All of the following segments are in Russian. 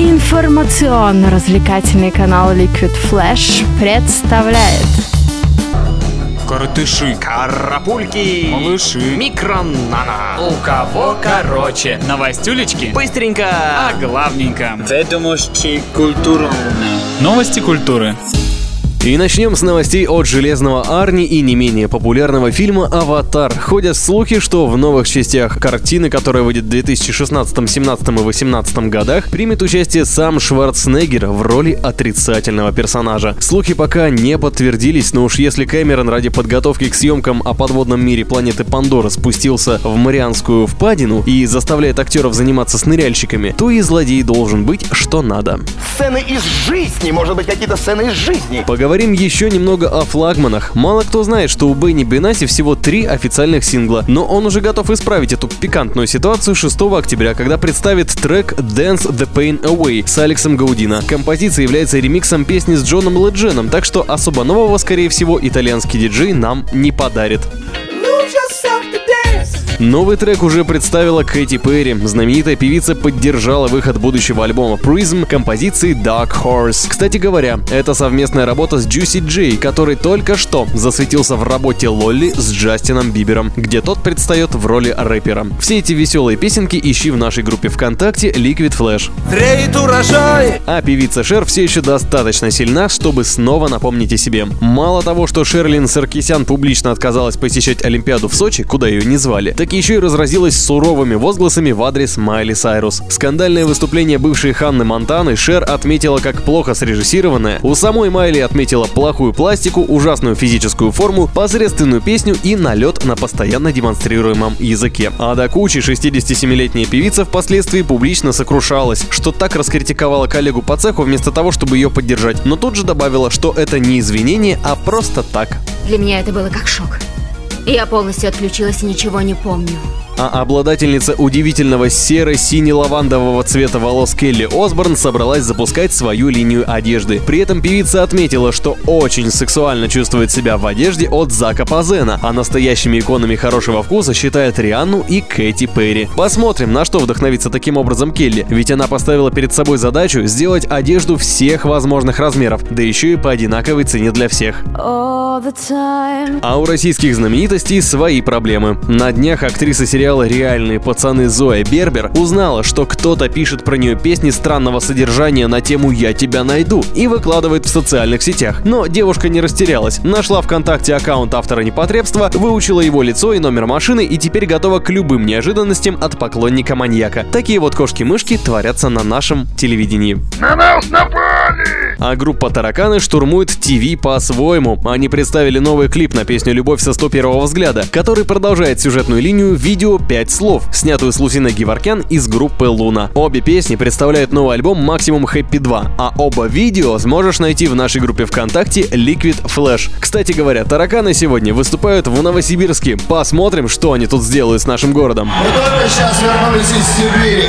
Информационно-развлекательный канал Liquid Flash представляет Коротыши, карапульки, малыши, микронано. у кого короче. Новостюлечки Быстренько, а главненько. Ведомости культуры. Новости культуры. И начнем с новостей от «Железного Арни» и не менее популярного фильма «Аватар». Ходят слухи, что в новых частях картины, которая выйдет в 2016, 2017 и 2018 годах, примет участие сам Шварценеггер в роли отрицательного персонажа. Слухи пока не подтвердились, но уж если Кэмерон ради подготовки к съемкам о подводном мире планеты Пандора спустился в Марианскую впадину и заставляет актеров заниматься с ныряльщиками, то и злодей должен быть что надо. Сцены из жизни, может быть, какие-то сцены из жизни. Поговорим еще немного о флагманах. Мало кто знает, что у Бенни Бенаси всего 3 официальных сингла, но он уже готов исправить эту пикантную ситуацию 6 октября, когда представит трек «Dance the Pain Away» с Алексом Гаудино. Композиция является ремиксом песни с Джоном Ледженом, так что особо нового, скорее всего, итальянский диджей нам не подарит. Новый трек уже представила Кэти Перри. Знаменитая певица поддержала выход будущего альбома Prism композиции Dark Horse. Кстати говоря, это совместная работа с Juicy J, который только что засветился в работе Лолли с Джастином Бибером, где тот предстает в роли рэпера. Все эти веселые песенки ищи в нашей группе ВКонтакте Liquid Flash. А певица Шер все еще достаточно сильна, чтобы снова напомнить о себе. Мало того, что Шерлин Саркисян публично отказалась посещать Олимпиаду в Сочи, куда ее не звали, так еще и разразилась суровыми возгласами в адрес Майли Сайрус. Скандальное выступление бывшей Ханны Монтаны Шер отметила как плохо срежиссированное, у самой Майли отметила плохую пластику, ужасную физическую форму, посредственную песню и налет на постоянно демонстрируемом языке. А до кучи 67-летняя певица впоследствии публично сокрушалась, что так раскритиковала коллегу по цеху вместо того, чтобы ее поддержать, но тут же добавила, что это не извинение, а просто так. Для меня это было как шок. Я полностью отключилась и ничего не помню. А обладательница удивительного серо-сине-лавандового цвета волос Келли Осборн собралась запускать свою линию одежды. При этом певица отметила, что очень сексуально чувствует себя в одежде от Зака Пазена, а настоящими иконами хорошего вкуса считает Рианну и Кэти Перри. Посмотрим, на что вдохновится таким образом Келли, ведь она поставила перед собой задачу сделать одежду всех возможных размеров, да еще и по одинаковой цене для всех. А у российских знаменитостей свои проблемы. На днях актриса сериала «Реальные пацаны» Зоя Бербер узнала, что кто-то пишет про нее песни странного содержания на тему «Я тебя найду» и выкладывает в социальных сетях. Но девушка не растерялась, нашла ВКонтакте аккаунт автора непотребства, выучила его лицо и номер машины и теперь готова к любым неожиданностям от поклонника маньяка. Такие вот кошки-мышки творятся на нашем телевидении. На нас напали! А группа «Тараканы» штурмует ТВ по-своему. Они представили новый клип на песню «Любовь со 101 взгляда», который продолжает сюжетную линию видео «5 слов», снятую с Лусиной Геворкян из группы «Луна». Обе песни представляют новый альбом «Максимум Happy 2», а оба видео сможешь найти в нашей группе ВКонтакте Liquid Flash. Кстати говоря, «Тараканы» сегодня выступают в Новосибирске. Посмотрим, что они тут сделают с нашим городом. Мы только сейчас вернулись из Сибири.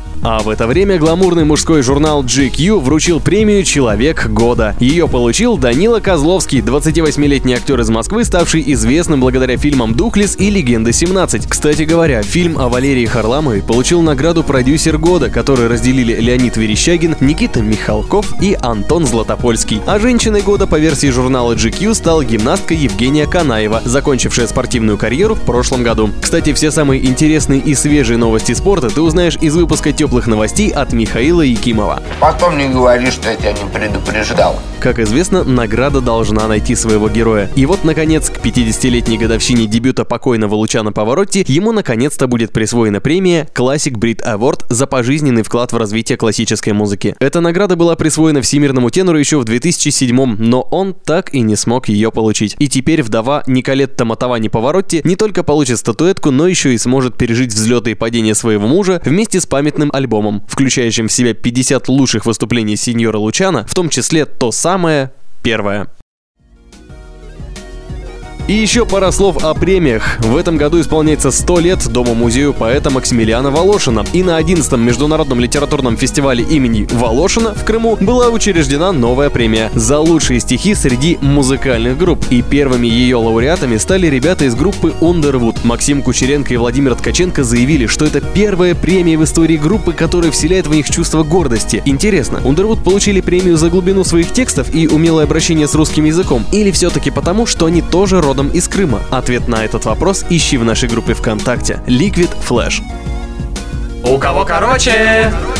А в это время гламурный мужской журнал GQ вручил премию «Человек года». Ее получил Данила Козловский, 28-летний актер из Москвы, ставший известным благодаря фильмам «Духлесс» и «Легенда 17». Кстати говоря, фильм о Валерии Харламовой получил награду «Продюсер года», которую разделили Леонид Верещагин, Никита Михалков и Антон Златопольский. А женщиной года по версии журнала GQ стала гимнастка Евгения Канаева, закончившая спортивную карьеру в прошлом году. Кстати, все самые интересные и свежие новости спорта ты узнаешь из выпуска «Теплых новостей» от Михаила Якимова. Потом не говори, что я тебя не предупреждал. Как известно, награда должна найти своего героя. И вот, наконец, к 50-летней годовщине дебюта покойного Лучано Паваротти ему наконец-то будет присвоена премия Classic Brit Award за пожизненный вклад в развитие классической музыки. Эта награда была присвоена всемирному тенору еще в 2007-м, но он так и не смог ее получить. И теперь вдова Николетта Мотовани Паваротти не только получит статуэтку, но еще и сможет пережить взлеты и падения своего мужа вместе с памятным альбомом, включающим в себя 50 лучших выступлений сеньора Лучано, в том числе то самое первое. И еще пара слов о премиях. В этом году исполняется 100 лет Дому-музею поэта Максимилиана Волошина. И на 11-м международном литературном фестивале имени Волошина в Крыму была учреждена новая премия за лучшие стихи среди музыкальных групп. И первыми ее лауреатами стали ребята из группы Underwood. Максим Кучеренко и Владимир Ткаченко заявили, что это первая премия в истории группы, которая вселяет в них чувство гордости. Интересно, Underwood получили премию за глубину своих текстов и умелое обращение с русским языком? Или все-таки потому, что они тоже родом из Крыма? Ответ на этот вопрос ищи в нашей группе ВКонтакте Liquid Flash. У кого короче?